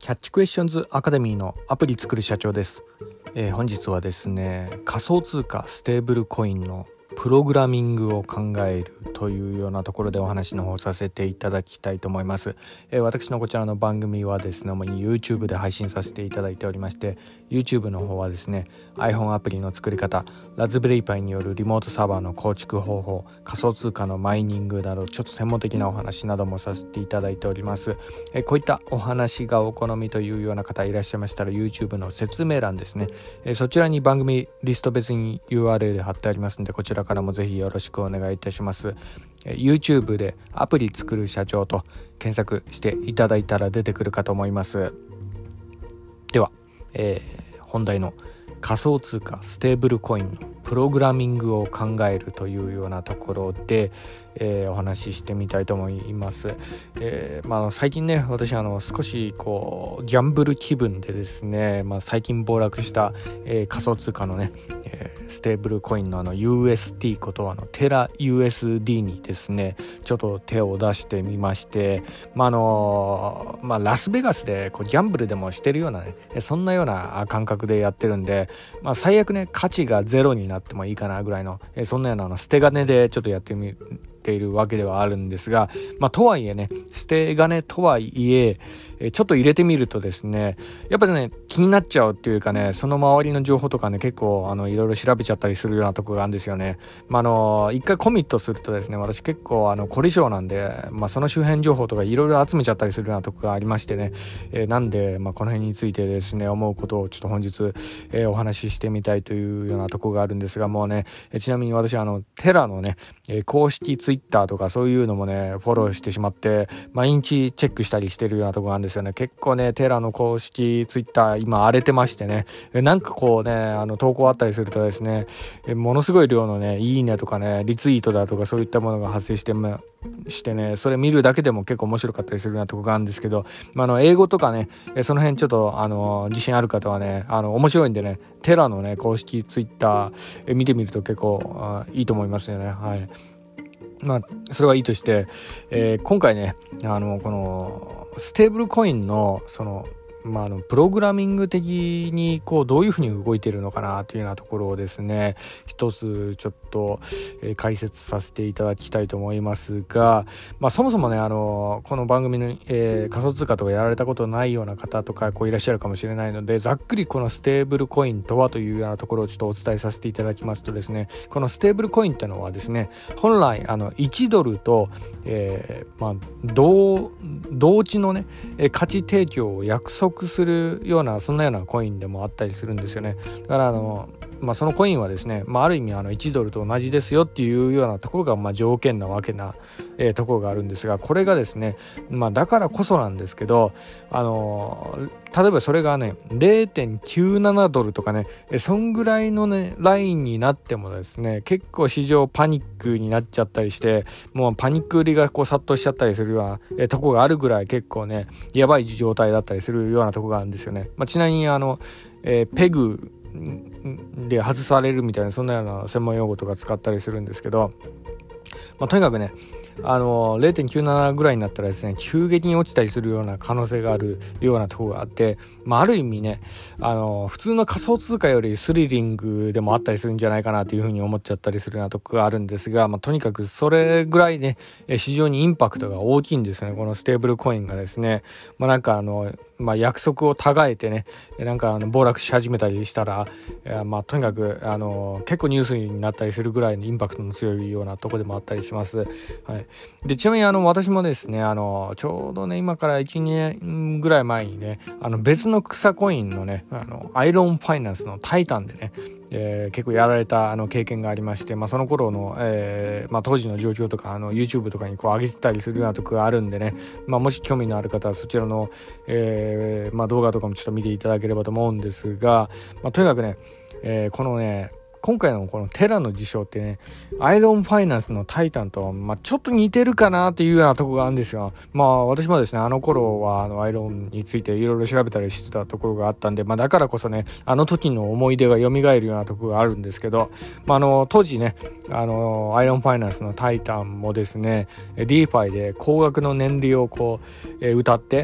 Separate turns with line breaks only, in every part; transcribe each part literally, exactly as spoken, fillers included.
キャッチクエスチョンズアカデミーのアプリ作る社長です、えー、本日はですね仮想通貨ステーブルコインのプログラミングを考えるというようなところでお話の方させていただきたいと思います、えー、私のこちらの番組はですね主に YouTube で配信させていただいておりまして YouTube の方はですね iPhone アプリの作り方、ラズベリーパイによるリモートサーバーの構築方法、仮想通貨のマイニングなどちょっと専門的なお話などもさせていただいております、えー、こういったお話がお好みというような方いらっしゃいましたら YouTube の説明欄ですね、えー、そちらに番組リスト別に ユーアールエル 貼ってありますのでこちらからもぜひよろしくお願いいたします。YouTube でアプリ作る社長と検索していただいたら出てくるかと思います。では、えー、本題の仮想通貨ステーブルコインのプログラミングを考えるというようなところで、えー、お話ししてみたいと思います。えーまあ、最近ね私あの少しこうギャンブル気分でですね、まあ、最近暴落した、えー、仮想通貨のね、えー、ステーブルコインのあの ユーエスディー ことあのテラ ユーエスディー にですねちょっと手を出してみまして、まああのまあ、ラスベガスでこうギャンブルでもしてるようなねそんなような感覚でやってるんで、まあ、最悪ね価値がゼロになってもいいかなぐらいの、えー、そんなようなあの捨て金でちょっとやってみているわけではあるんですが、まあ、とはいえね捨て金とはいえちょっと入れてみるとですねやっぱりね気になっちゃうっていうかねその周りの情報とかね結構あのいろいろ調べちゃったりするようなところがあるんですよね。まあ、あの一回コミットするとですね私結構あの凝り性なんで、まあ、その周辺情報とかいろいろ集めちゃったりするようなところがありましてね、えー、なんで、まあ、この辺についてですね思うことをちょっと本日、えー、お話ししてみたいというようなところがあるんですがもうねちなみに私あのテラのね公式ツイッターとかそういうのもねフォローしてしまって毎日チェックしたりしてるようなところなんですよね。結構ねテラの公式ツイッター今荒れてましてねなんかこうねあの投稿あったりするとですねものすごい量のねいいねとかねリツイートだとかそういったものが発生してしてねそれ見るだけでも結構面白かったりするようなところがあるんですけど、まあ、あの英語とかねその辺ちょっとあの自信ある方はねあの面白いんでねテラのね公式ツイッター見てみると結構いいと思いますよね。はい。まあそれはいいとして、えー、今回ねあのこのステーブルコインのそのまあ、あのプログラミング的にこうどういうふうに動いているのかなというようなところをですね一つちょっと、えー、解説させていただきたいと思いますが、まあ、そもそもねあのこの番組の、えー、仮想通貨とかやられたことないような方とかこういらっしゃるかもしれないのでざっくりこのステーブルコインとはというようなところをちょっとお伝えさせていただきますとですねこのステーブルコインというのはですね本来あのいちドルと、えーまあ、同, 同値のね価値提供を約束するようなそんなようなコインでもあったりするんですよね。だからあの、まあ、そのコインはですね、まあ、ある意味あのいちドルと同じですよっていうようなところがまあ条件なわけな、えー、ところがあるんですがこれがですね、まあ、だからこそなんですけどあの例えばそれがね れいてんきゅうなな ドルとかねそんぐらいのねラインになってもですね結構市場パニックになっちゃったりしてもうパニック売りがこう殺到しちゃったりするような、えー、ところがあるぐらい結構ねやばい状態だったりするようなところがあるんですよね。まあ、ちなみにあの、えー、ペグで外されるみたいなそんなような専門用語とか使ったりするんですけど、まあ、とにかくねあの れいてんきゅうなな ぐらいになったらですね急激に落ちたりするような可能性があるようなところがあって、まあ、ある意味ねあの普通の仮想通貨よりスリリングでもあったりするんじゃないかなというふうに思っちゃったりするようなところがあるんですが、まあ、とにかくそれぐらいね市場にインパクトが大きいんですよねこのステーブルコインがですね、まあ、なんかあのまあ、約束をたがえてねなんかあの暴落し始めたりしたら、まあ、とにかくあの結構ニュースになったりするぐらいのインパクトの強いようなところでもあったりします。はい、でちなみにあの私もですねあのちょうどね今から いちにねんぐらい前にねあの別の草コインのねあのアイロンファイナンスのタイタンでねえー、結構やられたあの経験がありまして、まあ、その頃の、えーまあ、当時の状況とかあの YouTube とかにこう上げてたりするようなとこがあるんでね、まあ、もし興味のある方はそちらの、えーまあ、動画とかもちょっと見ていただければと思うんですが、まあ、とにかくね、えー、このね今回のこのテラの事象ってねアイロンファイナンスのタイタンとは、まあ、ちょっと似てるかなっていうようなところがあるんですよ。まあ私もですねあの頃はあのアイロンについていろいろ調べたりしてたところがあったんで、まあ、だからこそねあの時の思い出が蘇るようなところがあるんですけど、まあ、あの当時ねあのアイロンファイナンスのタイタンもですね ディーファイ で高額の年利をこう、えー、歌って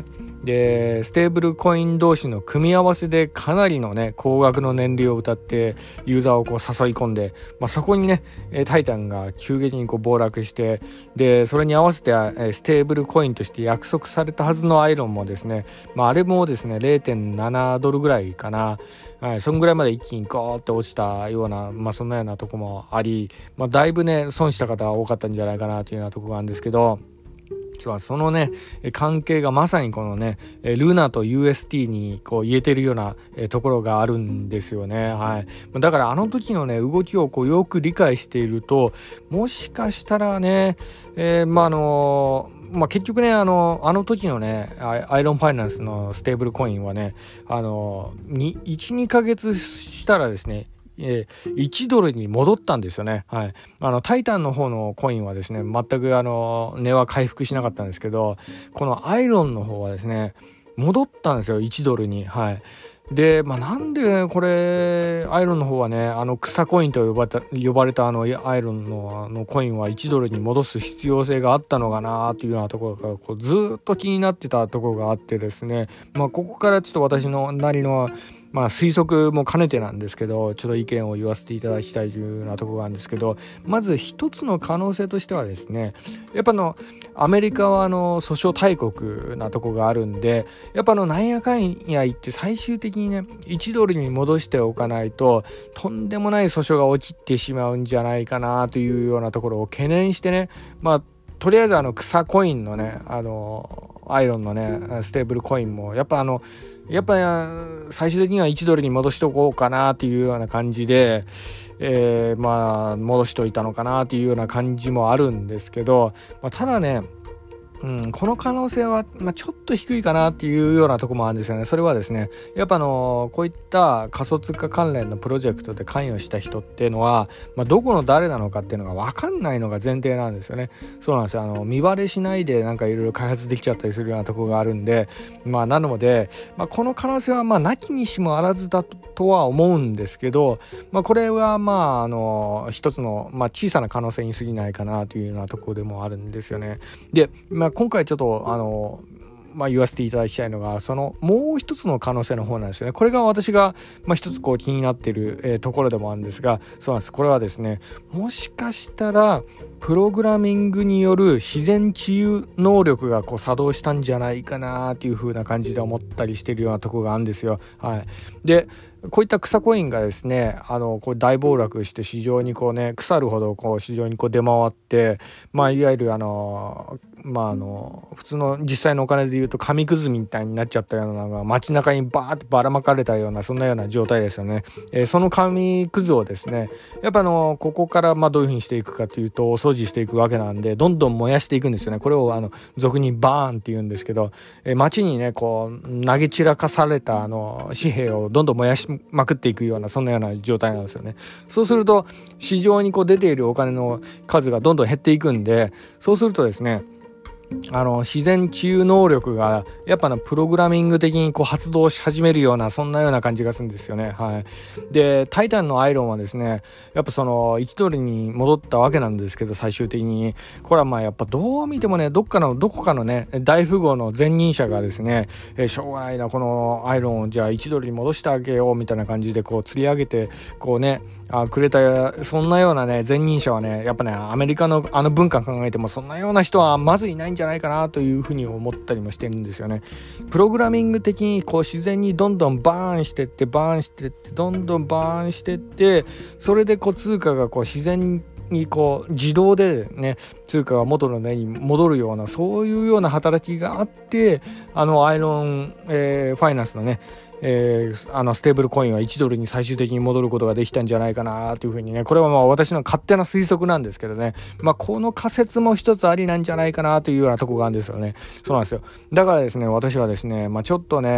でステーブルコイン同士の組み合わせでかなりのね高額の年利を謳ってユーザーをこう誘い込んで、まあ、そこにねタイタンが急激にこう暴落して、でそれに合わせてステーブルコインとして約束されたはずのアイロンもですね、まあ、あれもですね れいてんなな ドルぐらいかな、はい、そんぐらいまで一気にゴーって落ちたような、まあ、そんなようなとこもあり、まあ、だいぶね損した方は多かったんじゃないかなというようなところがあるんですけど、そのね関係がまさにこのねルナと ユーエスティー にこう言えてるようなところがあるんですよね。はい、だからあの時のね動きをこうよく理解していると、もしかしたらね、えー、まああのまあ、結局ねあのあの時のねアイロンファイナンスのステーブルコインはねあのいち、にかげつしたらですねえー、いちドルに戻ったんですよね。はい、あのタイタンの方のコインはですね全くあの値は回復しなかったんですけど、このアイロンの方はですね戻ったんですよ、いちドルに。はい、で、まあ、なんでこれアイロンの方はねあの草コインと呼ばれた呼ばれたあのアイロンのあのコインはいちドルに戻す必要性があったのかなというようなところがこうずっと気になってたところがあってですね、まあ、ここからちょっと私のなりのまあ推測も兼ねてなんですけど、ちょっと意見を言わせていただきたいというようなところがあるんですけど、まず一つの可能性としてはですね、やっぱのアメリカはあの訴訟大国なところがあるんで、やっぱあのなんやかんや言って最終的にねいちドルに戻しておかないととんでもない訴訟が起きてしまうんじゃないかなというようなところを懸念してね、まあとりあえずあの草コインのねあのアイロンのねステーブルコインもやっぱあのやっぱ最終的にはいちドルに戻しておこうかなっていうような感じで、えー、まあ戻しておいたのかなっていうような感じもあるんですけど、まあ、ただねうん、この可能性は、まあ、ちょっと低いかなっていうようなところもあるんですよね。それはですねやっぱあのこういった仮想通貨関連のプロジェクトで関与した人っていうのは、まあ、どこの誰なのかっていうのが分かんないのが前提なんですよね。そうなんですよ。あの見バレしないでなんかいろいろ開発できちゃったりするようなところがあるんで、まあなので、まあ、この可能性はまあなきにしもあらずだとは思うんですけど、まあ、これはまああの一つの、まあ、小さな可能性に過ぎないかなというようなところでもあるんですよね。で、まあ今回ちょっとあの、まあ、言わせていただきたいのがそのもう一つの可能性の方なんですよね。これが私が、まあ、一つこう気になっている、えー、ところでもあるんですが、そうなんです。これはですねもしかしたらプログラミングによる自然治癒能力がこう作動したんじゃないかなという風な感じで思ったりしているようなところがあるんですよ。はい、でこういった草コインがですねあのこう大暴落して市場にこうね腐るほどこう市場にこう出回って、まあ、いわゆるあのまああの普通の実際のお金でいうと紙くずみたいになっちゃったようなのが街中にバーってばらまかれたようなそんなような状態ですよね。えー、その紙くずをですねやっぱあのここからまあどういうふうにしていくかというとお掃除していくわけなんでどんどん燃やしていくんですよね。これをあの俗にバーンって言うんですけど、えー、街にねこう投げ散らかされたあの紙幣をどんどん燃やしまくっていくようなそんなような状態なんですよね。そうすると市場にこう出ているお金の数がどんどん減っていくんで、そうするとですねあの自然治癒能力がやっぱなプログラミング的にこう発動し始めるようなそんなような感じがするんですよね。はい、でタイタンのアイロンはですねやっぱそのいちドルに戻ったわけなんですけど、最終的にこれはまあやっぱどう見てもねどっかのどこかのね大富豪の前任者がですね、えー、しょうがないなこのアイロンをじゃあいちドルに戻してあげようみたいな感じでこう釣り上げてこうねあくれたそんなようなね前任者はねやっぱねアメリカのあの文化考えてもそんなような人はまずいないんじゃないかなというふうに思ったりもしてるんですよね。プログラミング的にこう自然にどんどんバーンしてってバーンしてってどんどんバーンしてってそれでこう通貨がこう自然にこう自動でね通貨が元の値に戻るようなそういうような働きがあってあのアイロン、えー、ファイナンスのねえー、あのステーブルコインはいちドルに最終的に戻ることができたんじゃないかなというふうにね、これはまあ私の勝手な推測なんですけどね、まあこの仮説も一つありなんじゃないかなというようなところがあるんですよね。そうなんですよ。だからですね私はですね、まあ、ちょっとね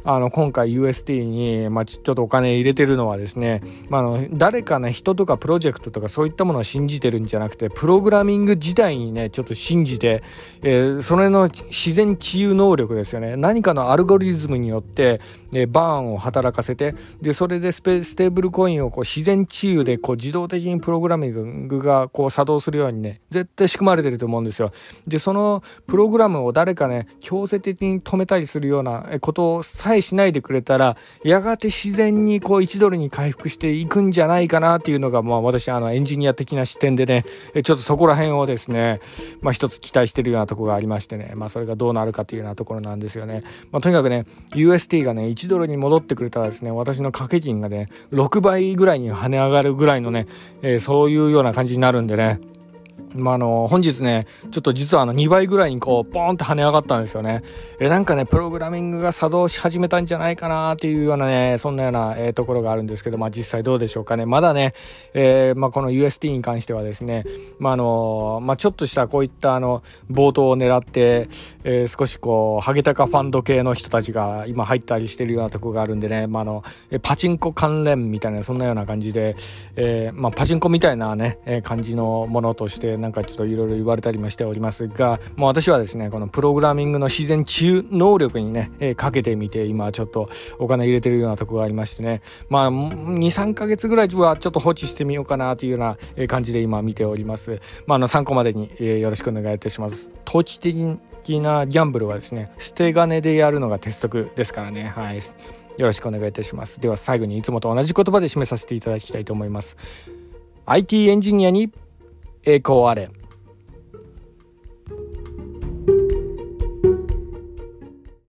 あの今回 ユーエスティー に、まあ、ちょっとお金入れてるのはですね、まあ、あの誰かね人とかプロジェクトとかそういったものを信じてるんじゃなくて、プログラミング自体にねちょっと信じて、えー、それの自然治癒能力ですよね。何かのアルゴリズムによって、えー、バーンを働かせて、でそれでスペステーブルコインをこう自然治癒でこう自動的にプログラミングがこう作動するようにね絶対仕組まれてると思うんですよ。でそのプログラムを誰かね強制的に止めたりするようなことさえしないでくれたら、やがて自然にこういちドルに回復していくんじゃないかなっていうのが、まあ、私あのエンジニア的な視点でねちょっとそこら辺をですね、まあ、一つ期待してるようなところがありましてね、まあ、それがどうなるかというようなところなんですよね。まあ、とにかくね ユーエスティー がねいちドルに戻ってくれたらですね、私の掛け金がねろくばいぐらいに跳ね上がるぐらいのね、えー、そういうような感じになるんでね、まあ、あの本日ねちょっと実はあのにばいぐらいにこうポーンって跳ね上がったんですよね。えなんかねプログラミングが作動し始めたんじゃないかなっていうようなねそんなような、えー、ところがあるんですけど、まあ実際どうでしょうかね。まだね、えーまあ、この ユーエスティー に関してはですね、まああのまあ、ちょっとしたこういったあの冒頭を狙って、えー、少しこうハゲタカファンド系の人たちが今入ったりしてるようなところがあるんでね、まあ、あのパチンコ関連みたいなそんなような感じで、えーまあ、パチンコみたいなね、えー、感じのものとしてなんかちょっといろいろ言われたりもしておりますが、もう私はですねこのプログラミングの自然治癒能力にね、えー、かけてみて今ちょっとお金入れてるようなところがありましてね、まあ にさんかげつぐらいはちょっと放置してみようかなというような感じで今見ております。まあ、あの参考までに、えー、よろしくお願いいたします。投機的なギャンブルはですね捨て金でやるのが鉄則ですからね、はい、よろしくお願いいたします。では最後にいつもと同じ言葉で締めさせていただきたいと思います。 アイティー エンジニアに栄光あれ。